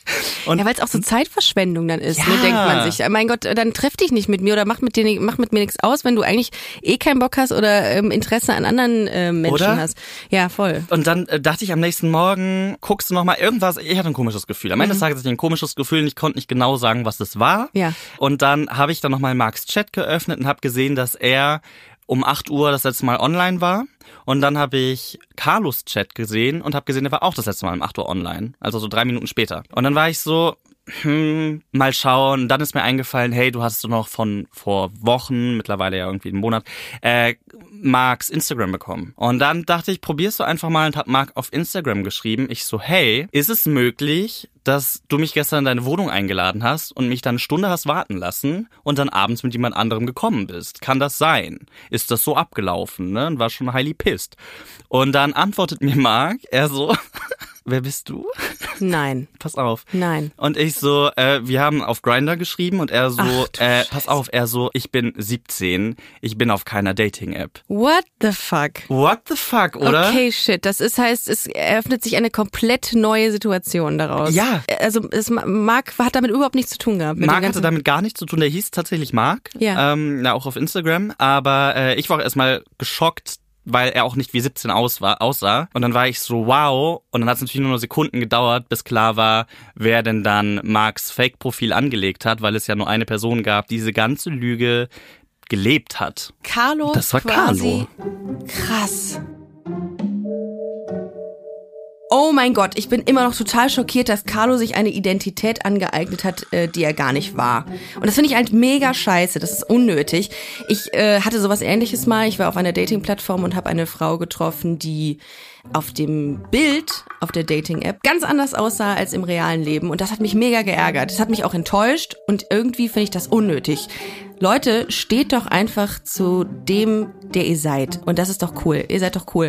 [SPEAKER 6] Und
[SPEAKER 2] ja, weil es auch so Zeitverschwendung dann ist,
[SPEAKER 6] Ja.
[SPEAKER 2] ne, denkt man sich. Mein Gott, dann treff dich nicht mit mir oder mach mit dir mach mit mir nichts aus, wenn du eigentlich eh keinen Bock hast oder ähm, Interesse an anderen äh, Menschen
[SPEAKER 6] Oder?
[SPEAKER 2] hast. Ja, voll.
[SPEAKER 6] Und dann äh, dachte ich am nächsten Morgen, guckst du noch mal irgendwas, ich hatte ein komisches Gefühl. Am Ende des Tages hatte ich ein komisches Gefühl und ich konnte nicht genau sagen, was das war.
[SPEAKER 2] Ja.
[SPEAKER 6] Und dann habe ich dann noch mal Marks Chat geöffnet und habe gesehen, dass er um acht Uhr das letzte Mal online war. Und dann habe ich Carlos Chat gesehen und habe gesehen, der war auch das letzte Mal um acht Uhr online. Also so drei Minuten später. Und dann war ich so, hm, mal schauen. Dann ist mir eingefallen, hey, du hast noch von vor Wochen, mittlerweile ja irgendwie einen Monat, äh, Marks Instagram bekommen. Und dann dachte ich, probierst du einfach mal und hab Mark auf Instagram geschrieben. Ich so, hey, ist es möglich, dass du mich gestern in deine Wohnung eingeladen hast und mich dann eine Stunde hast warten lassen und dann abends mit jemand anderem gekommen bist? Kann das sein? Ist das so abgelaufen? Ne? Und war schon highly pissed. Und dann antwortet mir Mark, er so, wer bist du?
[SPEAKER 2] Nein.
[SPEAKER 6] Pass auf.
[SPEAKER 2] Nein.
[SPEAKER 6] Und ich so, äh, wir haben auf Grindr geschrieben und er so,
[SPEAKER 2] Ach, du
[SPEAKER 6] äh,
[SPEAKER 2] Scheiße.
[SPEAKER 6] pass auf, er so, ich bin siebzehn, ich bin auf keiner Dating-App.
[SPEAKER 2] What the fuck?
[SPEAKER 6] What the fuck, oder?
[SPEAKER 2] Okay, shit. Das ist, heißt, es eröffnet sich eine komplett neue Situation daraus.
[SPEAKER 6] Ja.
[SPEAKER 2] Also es, Marc hat damit überhaupt nichts zu tun gehabt. Mit dem
[SPEAKER 6] Mark
[SPEAKER 2] ganzen-
[SPEAKER 6] hatte damit gar nichts zu tun, der hieß tatsächlich Mark,
[SPEAKER 2] Ja.
[SPEAKER 6] ähm, na, auch auf Instagram, aber äh, ich war auch erstmal geschockt, weil er auch nicht wie siebzehn aus war, aussah. Und dann war ich so, wow. Und dann hat es natürlich nur noch Sekunden gedauert, bis klar war, wer denn dann Marks Fake-Profil angelegt hat, weil es ja nur eine Person gab, die diese ganze Lüge gelebt hat.
[SPEAKER 2] Carlo
[SPEAKER 6] Das war
[SPEAKER 2] quasi. Krass. Oh mein Gott, ich bin immer noch total schockiert, dass Carlo sich eine Identität angeeignet hat, äh, die er gar nicht war. Und das finde ich halt mega scheiße, das ist unnötig. Ich äh, hatte sowas Ähnliches mal, ich war auf einer Dating-Plattform und habe eine Frau getroffen, die auf dem Bild, auf der Dating-App, ganz anders aussah als im realen Leben. Und das hat mich mega geärgert. Das hat mich auch enttäuscht und irgendwie finde ich das unnötig. Leute, steht doch einfach zu dem, der ihr seid. Und das ist doch cool. Ihr seid doch cool.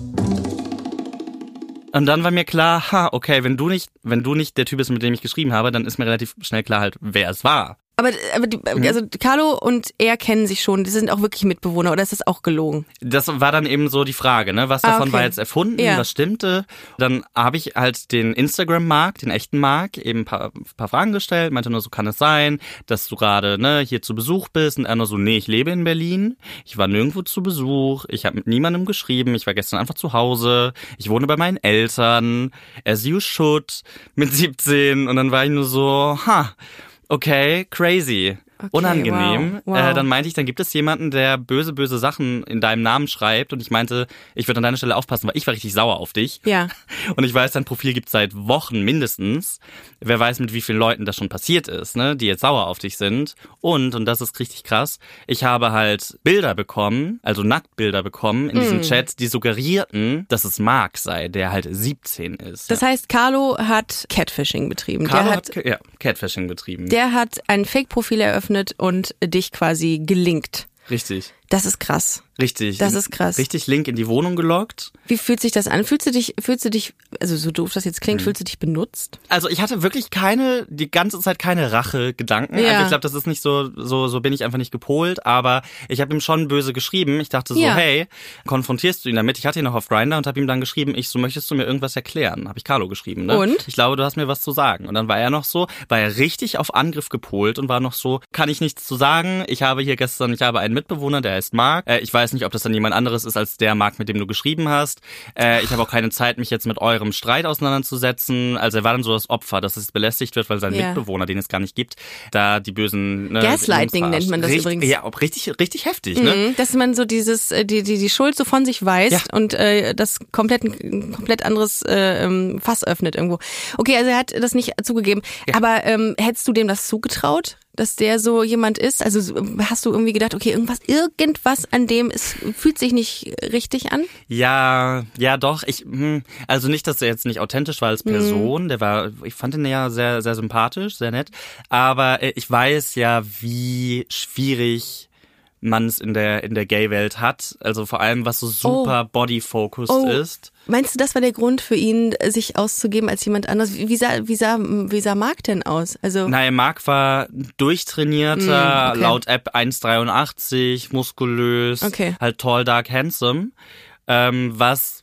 [SPEAKER 6] Und dann war mir klar, ha, okay, wenn du nicht, wenn du nicht der Typ bist, mit dem ich geschrieben habe, dann ist mir relativ schnell klar halt, wer es war.
[SPEAKER 2] Aber, aber die, also Carlo und er kennen sich schon, die sind auch wirklich Mitbewohner, oder ist das auch gelogen?
[SPEAKER 6] Das war dann eben so die Frage, ne? Was
[SPEAKER 2] Ah,
[SPEAKER 6] davon
[SPEAKER 2] okay.
[SPEAKER 6] war jetzt erfunden,
[SPEAKER 2] Ja.
[SPEAKER 6] was stimmte. Dann habe ich halt den Instagram-Mark, den echten Mark, eben ein paar, paar Fragen gestellt, meinte nur so, kann es sein, dass du gerade ne hier zu Besuch bist? Und er nur so, nee, ich lebe in Berlin, ich war nirgendwo zu Besuch, ich habe mit niemandem geschrieben, ich war gestern einfach zu Hause, ich wohne bei meinen Eltern, as you should, mit siebzehn. Und dann war ich nur so, ha, okay, crazy.
[SPEAKER 2] Okay,
[SPEAKER 6] Unangenehm.
[SPEAKER 2] wow, wow.
[SPEAKER 6] Äh, dann meinte ich, dann gibt es jemanden, der böse, böse Sachen in deinem Namen schreibt. Und ich meinte, ich würde an deiner Stelle aufpassen, weil ich war richtig sauer auf dich.
[SPEAKER 2] Ja.
[SPEAKER 6] Und ich weiß, dein Profil gibt es seit Wochen mindestens. Wer weiß, mit wie vielen Leuten das schon passiert ist, ne, die jetzt sauer auf dich sind. Und, und das ist richtig krass, ich habe halt Bilder bekommen, also Nacktbilder bekommen in diesem
[SPEAKER 2] Mm.
[SPEAKER 6] Chat, die suggerierten, dass es Mark sei, der halt siebzehn ist.
[SPEAKER 2] Das heißt, Carlo hat Catfishing betrieben.
[SPEAKER 6] Carlo
[SPEAKER 2] der
[SPEAKER 6] hat,
[SPEAKER 2] hat,
[SPEAKER 6] ja, Catfishing betrieben.
[SPEAKER 2] der hat ein Fake-Profil eröffnet und dich quasi gelinkt.
[SPEAKER 6] Richtig.
[SPEAKER 2] Das ist krass.
[SPEAKER 6] Richtig.
[SPEAKER 2] Das ist krass.
[SPEAKER 6] Richtig Link in die Wohnung gelockt.
[SPEAKER 2] Wie fühlt sich das an? Fühlst du dich, fühlst du dich, also so doof das jetzt klingt,
[SPEAKER 6] Mhm.
[SPEAKER 2] fühlst du dich benutzt?
[SPEAKER 6] Also ich hatte wirklich keine, die ganze Zeit keine Rache-Gedanken.
[SPEAKER 2] Ja.
[SPEAKER 6] Also ich glaube, das ist nicht so, so, so bin ich einfach nicht gepolt. Aber ich habe ihm schon böse geschrieben. Ich dachte so,
[SPEAKER 2] Ja.
[SPEAKER 6] hey, konfrontierst du ihn damit? Ich hatte ihn noch auf Grindr und habe ihm dann geschrieben, ich so, möchtest du mir irgendwas erklären? Habe ich Carlo geschrieben, ne?
[SPEAKER 2] Und?
[SPEAKER 6] Ich glaube, du hast mir was zu sagen. Und dann war er noch so, war er richtig auf Angriff gepolt und war noch so, kann ich nichts zu sagen. Ich habe hier gestern, ich habe einen Mitbewohner, der heißt Mark. Äh, ich weiß nicht, ob das dann jemand anderes ist als der Mark, mit dem du geschrieben hast. Äh, ich habe auch keine Zeit, mich jetzt mit eurem Streit auseinanderzusetzen. Also er war dann so das Opfer, dass es belästigt wird, weil sein
[SPEAKER 2] Ja.
[SPEAKER 6] Mitbewohner, den es gar nicht gibt, da die bösen... Ne,
[SPEAKER 2] Gaslighting
[SPEAKER 6] Jungs
[SPEAKER 2] nennt man das
[SPEAKER 6] richtig,
[SPEAKER 2] übrigens.
[SPEAKER 6] Ja, auch richtig, richtig heftig, ne?
[SPEAKER 2] Mhm, dass man so dieses, äh, die, die, die Schuld so von sich weist
[SPEAKER 6] Ja.
[SPEAKER 2] und äh, das komplett ein komplett anderes äh, ähm, Fass öffnet irgendwo. Okay, also er hat das nicht zugegeben.
[SPEAKER 6] Ja.
[SPEAKER 2] Aber ähm, hättest du dem das zugetraut, dass der so jemand ist? Also so, hast du irgendwie gedacht, okay, irgendwas, irgendwas an dem ist, fühlt sich nicht richtig an?
[SPEAKER 6] Ja, ja doch. Ich, hm, also nicht, dass er jetzt nicht authentisch war als Person. Der war, ich fand ihn ja sehr, sehr sympathisch, sehr nett. Aber äh, ich weiß ja, wie schwierig man es in der in der Gay-Welt hat. Also vor allem, was so super body-focused
[SPEAKER 2] Oh.
[SPEAKER 6] ist.
[SPEAKER 2] Meinst du, das war der Grund für ihn, sich auszugeben als jemand anderes? Wie, wie, sah, wie, sah, wie sah Mark denn aus? Also
[SPEAKER 6] Naja, Mark war durchtrainierter,
[SPEAKER 2] Mm, okay.
[SPEAKER 6] laut App eins Komma dreiundachtzig, muskulös,
[SPEAKER 2] Okay.
[SPEAKER 6] halt tall, dark, handsome. Ähm, was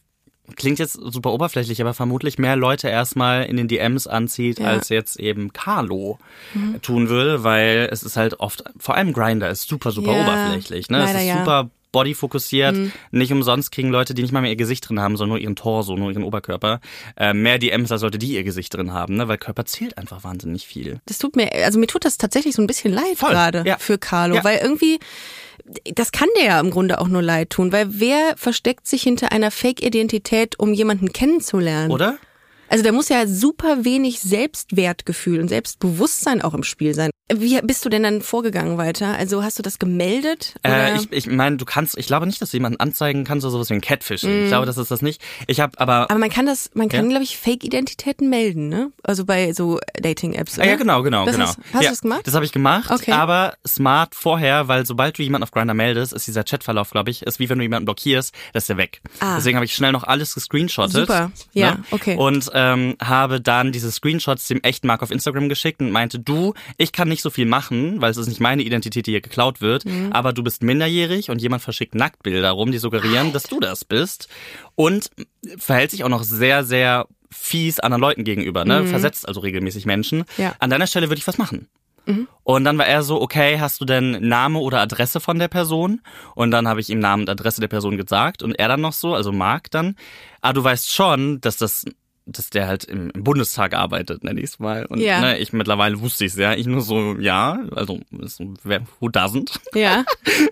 [SPEAKER 6] klingt jetzt super oberflächlich, aber vermutlich mehr Leute erstmal in den D Ms anzieht, ja. als jetzt eben Carlo mhm. tun würde, weil es ist halt oft, vor allem Grindr ist super, super ja. oberflächlich. Ne?
[SPEAKER 2] Leider,
[SPEAKER 6] es ist
[SPEAKER 2] ja.
[SPEAKER 6] super bodyfokussiert. Mhm. Nicht umsonst kriegen Leute, die nicht mal mehr ihr Gesicht drin haben, sondern nur ihren Torso, nur ihren Oberkörper, äh, mehr D Ms als Leute, die ihr Gesicht drin haben, ne? Weil Körper zählt einfach wahnsinnig viel.
[SPEAKER 2] Das tut mir, also mir tut das tatsächlich so ein bisschen leid gerade ja. für Carlo, ja. weil irgendwie, das kann der ja im Grunde auch nur leid tun, weil wer versteckt sich hinter einer Fake-Identität, um jemanden kennenzulernen?
[SPEAKER 6] Oder?
[SPEAKER 2] Also da muss ja super wenig Selbstwertgefühl und Selbstbewusstsein auch im Spiel sein. Wie bist du denn dann vorgegangen weiter? Also hast du das gemeldet?
[SPEAKER 6] Äh, ich ich meine, du kannst, ich glaube nicht, dass du jemanden anzeigen kannst oder sowas wie ein Catfishing. Mm. Ich glaube, das ist das nicht. Ich habe aber...
[SPEAKER 2] Aber man kann das, man kann,
[SPEAKER 6] ja?
[SPEAKER 2] glaube ich, Fake-Identitäten melden, ne? Also bei so Dating-Apps, oder?
[SPEAKER 6] Ja, genau, genau,
[SPEAKER 2] das
[SPEAKER 6] genau.
[SPEAKER 2] Hast, hast
[SPEAKER 6] ja,
[SPEAKER 2] du das gemacht?
[SPEAKER 6] Das habe ich gemacht,
[SPEAKER 2] okay.
[SPEAKER 6] aber smart vorher, weil sobald du jemanden auf Grindr meldest, ist dieser Chatverlauf, glaube ich, ist wie wenn du jemanden blockierst, das ist der weg. Ah. Deswegen habe ich schnell noch alles gescreenshottet.
[SPEAKER 2] Super, ja,
[SPEAKER 6] ne?
[SPEAKER 2] okay.
[SPEAKER 6] Und ähm, habe dann diese Screenshots dem echten Mark auf Instagram geschickt und meinte, du, ich kann nicht so viel machen, weil es ist nicht meine Identität, die hier geklaut wird, mhm. aber du bist minderjährig und jemand verschickt Nacktbilder rum, die suggerieren, Alter. dass du das bist und verhält sich auch noch sehr, sehr fies anderen Leuten gegenüber, ne? Mhm. Versetzt also regelmäßig Menschen.
[SPEAKER 2] Ja.
[SPEAKER 6] An deiner Stelle würde ich was machen.
[SPEAKER 2] Mhm.
[SPEAKER 6] Und dann war er so, okay, hast du denn Name oder Adresse von der Person? Und dann habe ich ihm Namen und Adresse der Person gesagt und er dann noch so, also Marc dann, ah, du weißt schon, dass das dass der halt im, im Bundestag arbeitet, nenne ich es mal. Und
[SPEAKER 2] ja.
[SPEAKER 6] ne, ich mittlerweile wusste ich es ja. Ich nur so, ja, also who doesn't?
[SPEAKER 2] Ja.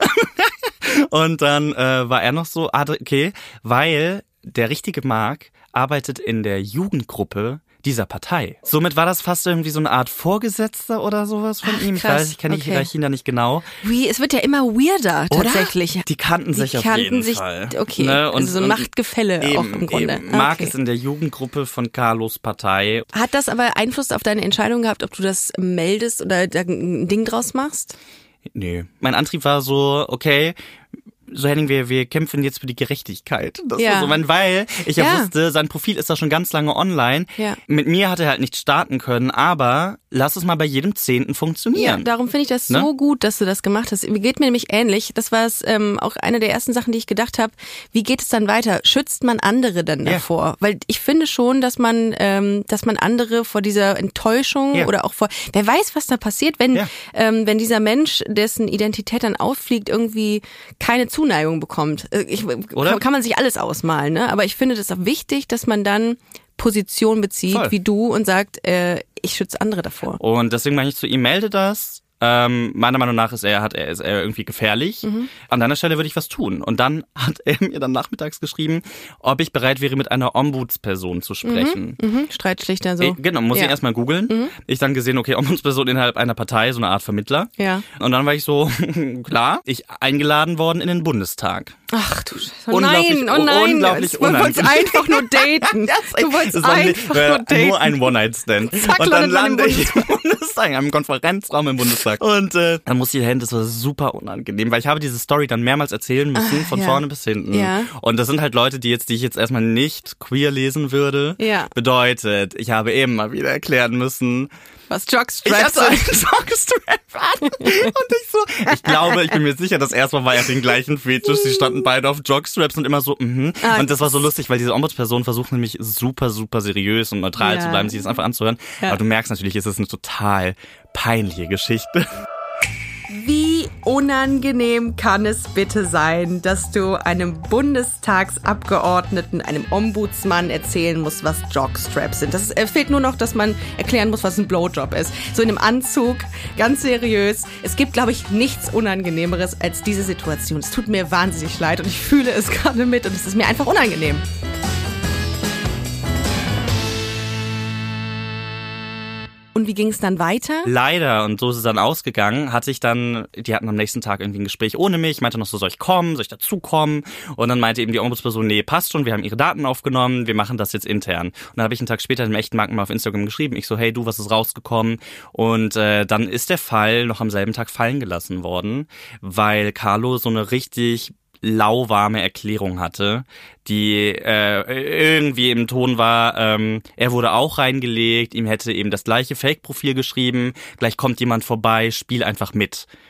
[SPEAKER 6] Und dann äh, war er noch so, ah, okay, weil der richtige Marc arbeitet in der Jugendgruppe dieser Partei. Somit war das fast irgendwie so eine Art Vorgesetzter oder sowas von
[SPEAKER 2] Ach,
[SPEAKER 6] ihm. Ich
[SPEAKER 2] krass.
[SPEAKER 6] weiß, ich kenne die
[SPEAKER 2] Okay.
[SPEAKER 6] Hierarchien da nicht genau.
[SPEAKER 2] Wie, es wird ja immer weirder, tatsächlich.
[SPEAKER 6] Oder? Die kannten sich
[SPEAKER 2] die
[SPEAKER 6] auf
[SPEAKER 2] kannten
[SPEAKER 6] jeden
[SPEAKER 2] sich,
[SPEAKER 6] Fall.
[SPEAKER 2] Okay,
[SPEAKER 6] ne? und,
[SPEAKER 2] also so ein
[SPEAKER 6] und
[SPEAKER 2] Machtgefälle
[SPEAKER 6] eben,
[SPEAKER 2] auch im Grunde.
[SPEAKER 6] Eben. Marc
[SPEAKER 2] okay.
[SPEAKER 6] ist in der Jugendgruppe von Carlos Partei.
[SPEAKER 2] Hat das aber Einfluss auf deine Entscheidung gehabt, ob du das meldest oder da ein Ding draus machst?
[SPEAKER 6] Nee. Mein Antrieb war so, okay, so Henning, wir, wir kämpfen jetzt für die Gerechtigkeit. Das
[SPEAKER 2] ja.
[SPEAKER 6] war so mein, weil ich ja.
[SPEAKER 2] ja
[SPEAKER 6] wusste, sein Profil ist da schon ganz lange online.
[SPEAKER 2] Ja.
[SPEAKER 6] Mit mir hat er halt nicht starten können, aber lass es mal bei jedem Zehnten funktionieren.
[SPEAKER 2] Ja, darum finde ich das
[SPEAKER 6] ne?
[SPEAKER 2] so gut, dass du das gemacht hast. Mir geht mir nämlich ähnlich. Das war es ähm, auch eine der ersten Sachen, die ich gedacht habe. Wie geht es dann weiter? Schützt man andere dann
[SPEAKER 6] ja.
[SPEAKER 2] davor? Weil ich finde schon, dass man, ähm, dass man andere vor dieser Enttäuschung ja. oder auch vor, wer weiß, was da passiert, wenn,
[SPEAKER 6] ja.
[SPEAKER 2] ähm, wenn dieser Mensch, dessen Identität dann auffliegt, irgendwie keine Zuneigung bekommt. Ich,
[SPEAKER 6] Oder?
[SPEAKER 2] Kann man sich alles ausmalen, ne? Aber ich finde das auch wichtig, dass man dann Position bezieht,
[SPEAKER 6] Voll.
[SPEAKER 2] wie du, und sagt, äh, ich schütze andere davor.
[SPEAKER 6] Und deswegen meine ich zu ihm, melde das. Ähm, meiner Meinung nach ist er, hat er, ist er irgendwie gefährlich. Mhm. An deiner Stelle würde ich was tun. Und dann hat er mir dann nachmittags geschrieben, ob ich bereit wäre, mit einer Ombudsperson zu sprechen.
[SPEAKER 2] Mhm. Mhm. Streitschlichter so.
[SPEAKER 6] Ich, genau, muss
[SPEAKER 2] ja.
[SPEAKER 6] ich erstmal googeln. Mhm. Ich dann gesehen, okay, Ombudsperson innerhalb einer Partei, so eine Art Vermittler.
[SPEAKER 2] Ja.
[SPEAKER 6] Und dann war ich so, klar, ich eingeladen worden in den Bundestag.
[SPEAKER 2] Ach du Scheiße. Oh
[SPEAKER 6] unglaublich,
[SPEAKER 2] nein, oh nein.
[SPEAKER 6] Unglaublich
[SPEAKER 2] du wolltest einfach nur daten. Du wolltest einfach nur daten.
[SPEAKER 6] Nur ein One-Night-Stand.
[SPEAKER 2] Zack,
[SPEAKER 6] und dann
[SPEAKER 2] lande
[SPEAKER 6] lande ich im Bundestag, im Konferenzraum im Bundestag. Und äh, dann musste ich dahin, das war super unangenehm, weil ich habe diese Story dann mehrmals erzählen müssen,
[SPEAKER 2] Ach,
[SPEAKER 6] von
[SPEAKER 2] ja.
[SPEAKER 6] vorne bis hinten.
[SPEAKER 2] Ja.
[SPEAKER 6] Und das sind halt Leute, die jetzt, die ich jetzt erstmal nicht queer lesen würde.
[SPEAKER 2] Ja.
[SPEAKER 6] Bedeutet, ich habe eben mal wieder erklären müssen,
[SPEAKER 2] was Jockstraps
[SPEAKER 6] ich hatte einen Jockstrap an. Und ich so, ich glaube, ich bin mir sicher, das erste Mal war er den gleichen Fetisch. Sie standen beide auf Jockstraps und immer so, mhm.
[SPEAKER 2] Ah,
[SPEAKER 6] Und das war so lustig, weil diese Ombudsperson versucht nämlich super, super seriös und neutral
[SPEAKER 2] ja.
[SPEAKER 6] zu bleiben, sich das einfach anzuhören.
[SPEAKER 2] Ja.
[SPEAKER 6] Aber du merkst natürlich, es ist eine total peinliche Geschichte.
[SPEAKER 2] Wie unangenehm kann es bitte sein, dass du einem Bundestagsabgeordneten, einem Ombudsmann erzählen musst, was Jockstraps sind? Das ist, fehlt nur noch, dass man erklären muss, was ein Blowjob ist. So in einem Anzug, ganz seriös. Es gibt, glaube ich, nichts Unangenehmeres als diese Situation. Es tut mir wahnsinnig leid und ich fühle es gerade mit und es ist mir einfach unangenehm. Und wie ging es dann weiter?
[SPEAKER 6] Leider, und so ist es dann ausgegangen, hatte ich dann, die hatten am nächsten Tag irgendwie ein Gespräch ohne mich, ich meinte noch so, soll ich kommen, soll ich dazukommen? Und dann meinte eben die Ombudsperson, nee, passt schon, wir haben ihre Daten aufgenommen, wir machen das jetzt intern. Und dann habe ich einen Tag später dem echten Marc mal auf Instagram geschrieben, ich so, hey du, was ist rausgekommen? Und äh, dann ist der Fall noch am selben Tag fallen gelassen worden, weil Carlo so eine richtig lauwarme Erklärung hatte, die äh, irgendwie im Ton war, ähm, er wurde auch reingelegt, ihm hätte eben das gleiche Fake-Profil geschrieben, gleich kommt jemand vorbei, spiel einfach mit.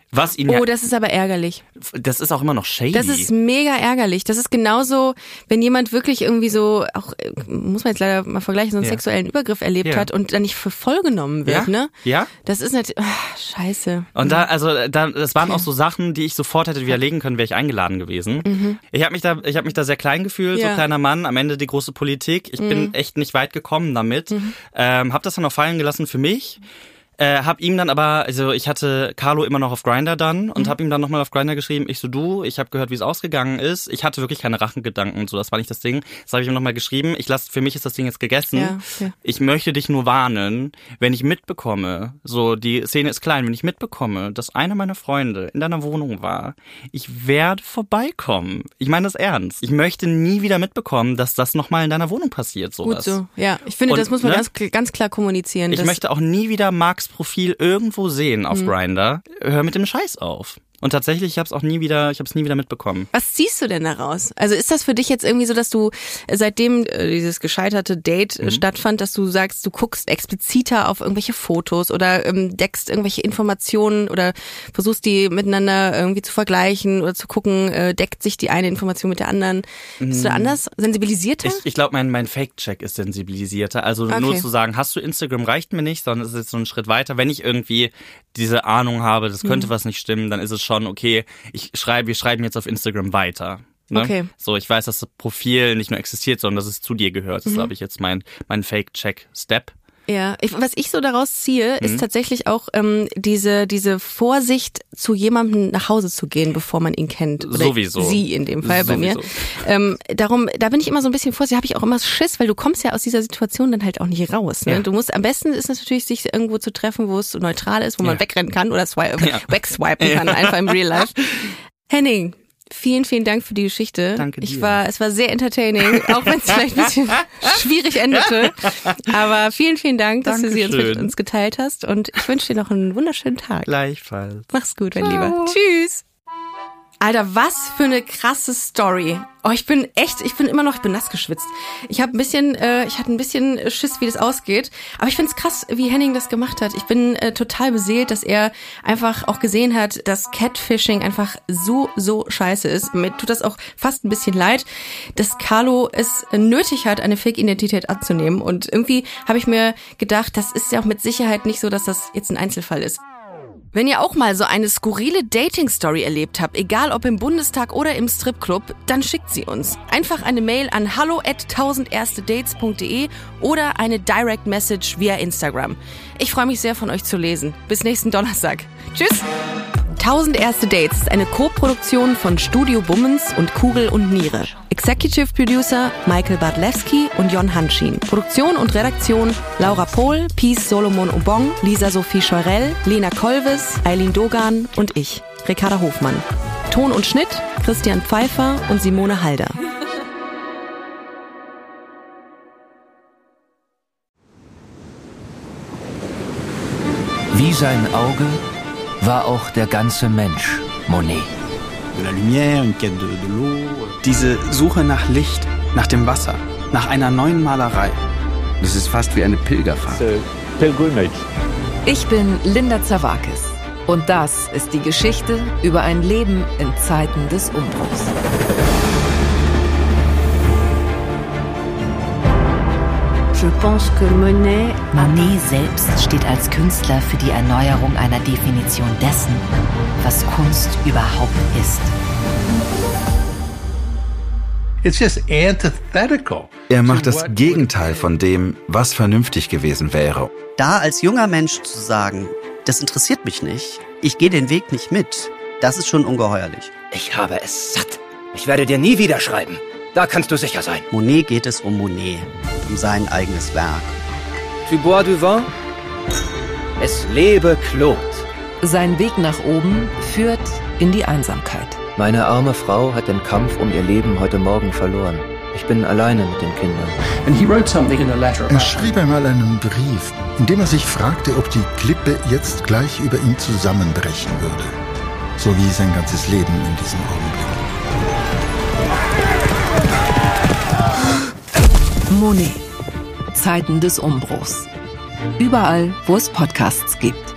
[SPEAKER 6] Was ihn
[SPEAKER 2] Oh,
[SPEAKER 6] ja,
[SPEAKER 2] das ist aber ärgerlich.
[SPEAKER 6] das ist auch immer noch shady.
[SPEAKER 2] Das ist mega ärgerlich. Das ist genauso, wenn jemand wirklich irgendwie so, auch äh, muss man jetzt leider mal vergleichen, so einen
[SPEAKER 6] Ja.
[SPEAKER 2] sexuellen Übergriff erlebt
[SPEAKER 6] Ja.
[SPEAKER 2] hat und dann nicht für voll genommen wird,
[SPEAKER 6] Ja.
[SPEAKER 2] ne?
[SPEAKER 6] Ja.
[SPEAKER 2] Das ist natürlich, ach, scheiße.
[SPEAKER 6] Und da, also da, das waren auch so Sachen, die ich sofort hätte widerlegen können, wäre ich eingeladen gewesen. Mhm. Ich habe mich da, ich habe mich da sehr klein gefühlt,
[SPEAKER 2] Ja.
[SPEAKER 6] so kleiner Mann. Am Ende die große Politik. Ich mhm. bin echt nicht weit gekommen damit. Mhm. Ähm, habe das dann auch fallen gelassen für mich. Äh, hab ihm dann aber, also ich hatte Carlo immer noch auf Grindr dann und mhm. hab ihm dann nochmal auf Grindr geschrieben, ich so, du, ich habe gehört, wie es ausgegangen ist. Ich hatte wirklich keine Rachengedanken, so, das war nicht das Ding. Das habe ich ihm nochmal geschrieben. Ich lass, für mich ist das Ding jetzt gegessen.
[SPEAKER 2] Ja, ja.
[SPEAKER 6] Ich möchte dich nur warnen, wenn ich mitbekomme, so, die Szene ist klein, wenn ich mitbekomme, dass einer meiner Freunde in deiner Wohnung war, ich werde vorbeikommen. Ich meine das ernst. Ich möchte nie wieder mitbekommen, dass das nochmal in deiner Wohnung passiert, sowas.
[SPEAKER 2] Gut so, ja. Ich finde,
[SPEAKER 6] Und,
[SPEAKER 2] das muss man
[SPEAKER 6] ne?
[SPEAKER 2] ganz, ganz klar kommunizieren.
[SPEAKER 6] Ich
[SPEAKER 2] das
[SPEAKER 6] möchte auch nie wieder Marks Profil irgendwo sehen auf mhm. Grindr. Hör mit dem Scheiß auf. Und tatsächlich, ich habe es auch nie wieder, ich habe es nie wieder mitbekommen.
[SPEAKER 2] Was ziehst du denn daraus? Also ist das für dich jetzt irgendwie so, dass du seitdem äh, dieses gescheiterte Date mhm. stattfand, dass du sagst, du guckst expliziter auf irgendwelche Fotos oder ähm, deckst irgendwelche Informationen oder versuchst die miteinander irgendwie zu vergleichen oder zu gucken, äh, deckt sich die eine Information mit der anderen? Bist du anders sensibilisierter?
[SPEAKER 6] Ich, ich glaube, mein, mein Fake-Check ist sensibilisierter. Also
[SPEAKER 2] okay.
[SPEAKER 6] nur zu sagen, hast du Instagram, reicht mir nicht, sondern es ist jetzt so ein Schritt weiter. Wenn ich irgendwie diese Ahnung habe, das könnte mhm. was nicht stimmen, dann ist es schon, okay, ich schreibe, wir schreiben jetzt auf Instagram weiter. Ne?
[SPEAKER 2] Okay.
[SPEAKER 6] So, ich weiß, dass das Profil nicht nur existiert, sondern dass es zu dir gehört. Das ist, mhm. glaube ich, jetzt mein, mein Fake-Check-Step.
[SPEAKER 2] Ja, ich, was ich so daraus ziehe, ist mhm. tatsächlich auch ähm, diese diese Vorsicht, zu jemandem nach Hause zu gehen, bevor man ihn kennt. Oder
[SPEAKER 6] Sowieso.
[SPEAKER 2] Sie in dem Fall Sowieso. bei mir. Ähm, darum, da bin ich immer so ein bisschen vorsichtig, habe ich auch immer Schiss, weil du kommst ja aus dieser Situation dann halt auch nicht raus. Ne?
[SPEAKER 6] Ja.
[SPEAKER 2] Du musst, am besten ist es natürlich, sich irgendwo zu treffen, wo es so neutral ist, wo man
[SPEAKER 6] ja.
[SPEAKER 2] wegrennen kann oder swipe,
[SPEAKER 6] ja.
[SPEAKER 2] wegswipen kann, einfach im Real Life. Henning, vielen, vielen Dank für die Geschichte.
[SPEAKER 6] Danke dir.
[SPEAKER 2] Ich war, es war sehr entertaining, auch wenn es vielleicht ein bisschen schwierig endete. Aber vielen, vielen Dank, dass
[SPEAKER 6] Dankeschön.
[SPEAKER 2] du sie uns mit uns geteilt hast. Und ich wünsche dir noch einen wunderschönen Tag.
[SPEAKER 6] Gleichfalls.
[SPEAKER 2] Mach's gut, mein Lieber. Tschüss. Alter, was für eine krasse Story. Oh, ich bin echt, ich bin immer noch, ich bin nass geschwitzt. Ich habe ein bisschen, äh, ich hatte ein bisschen Schiss, wie das ausgeht. Aber ich find's krass, wie Henning das gemacht hat. Ich bin äh, total beseelt, dass er einfach auch gesehen hat, dass Catfishing einfach so, so scheiße ist. Mir tut das auch fast ein bisschen leid, dass Carlo es nötig hat, eine Fake-Identität anzunehmen. Und irgendwie habe ich mir gedacht, das ist ja auch mit Sicherheit nicht so, dass das jetzt ein Einzelfall ist. Wenn ihr auch mal so eine skurrile Dating-Story erlebt habt, egal ob im Bundestag oder im Stripclub, dann schickt sie uns. Einfach eine Mail an hallo at tausend erste dates punkt de oder eine Direct Message via Instagram. Ich freue mich sehr, von euch zu lesen. Bis nächsten Donnerstag. Tschüss! tausend erste Dates ist eine Co-Produktion von Studio Bummens und Kugel und Niere. Executive Producer Michael Bartlewski und Jon Hanschin. Produktion und Redaktion Laura Pohl, Peace Solomon Obong, Lisa Sophie Scheurell, Lena Kolves, Eileen Dogan und ich, Ricarda Hofmann. Ton und Schnitt Christian Pfeiffer und Simone Halder.
[SPEAKER 4] Wie sein Auge war auch der ganze Mensch Monet.
[SPEAKER 8] Diese Suche nach Licht, nach dem Wasser, nach einer neuen Malerei.
[SPEAKER 9] Das ist fast wie eine Pilgerfahrt.
[SPEAKER 10] Ich bin Linda Zawakis und das ist die Geschichte über ein Leben in Zeiten des Umbruchs.
[SPEAKER 11] Monet selbst steht als Künstler für die Erneuerung einer Definition dessen, was Kunst überhaupt ist.
[SPEAKER 12] Er macht das Gegenteil von dem, was vernünftig gewesen wäre.
[SPEAKER 13] Da als junger Mensch zu sagen, das interessiert mich nicht, ich gehe den Weg nicht mit, das ist schon ungeheuerlich.
[SPEAKER 14] Ich habe es satt. Ich werde dir nie wieder schreiben. Da kannst du sicher sein.
[SPEAKER 13] Monet geht es um Monet, um sein eigenes Werk.
[SPEAKER 14] Tu bois du vin? Es lebe Claude.
[SPEAKER 10] Sein Weg nach oben führt in die Einsamkeit.
[SPEAKER 15] Meine arme Frau hat den Kampf um ihr Leben heute Morgen verloren. Ich bin alleine mit den Kindern.
[SPEAKER 16] Er schrieb einmal einen Brief, in dem er sich fragte, ob die Klippe jetzt gleich über ihn zusammenbrechen würde. So wie sein ganzes Leben in diesem Augenblick.
[SPEAKER 10] Monet. Zeiten des Umbruchs. Überall, wo es Podcasts gibt.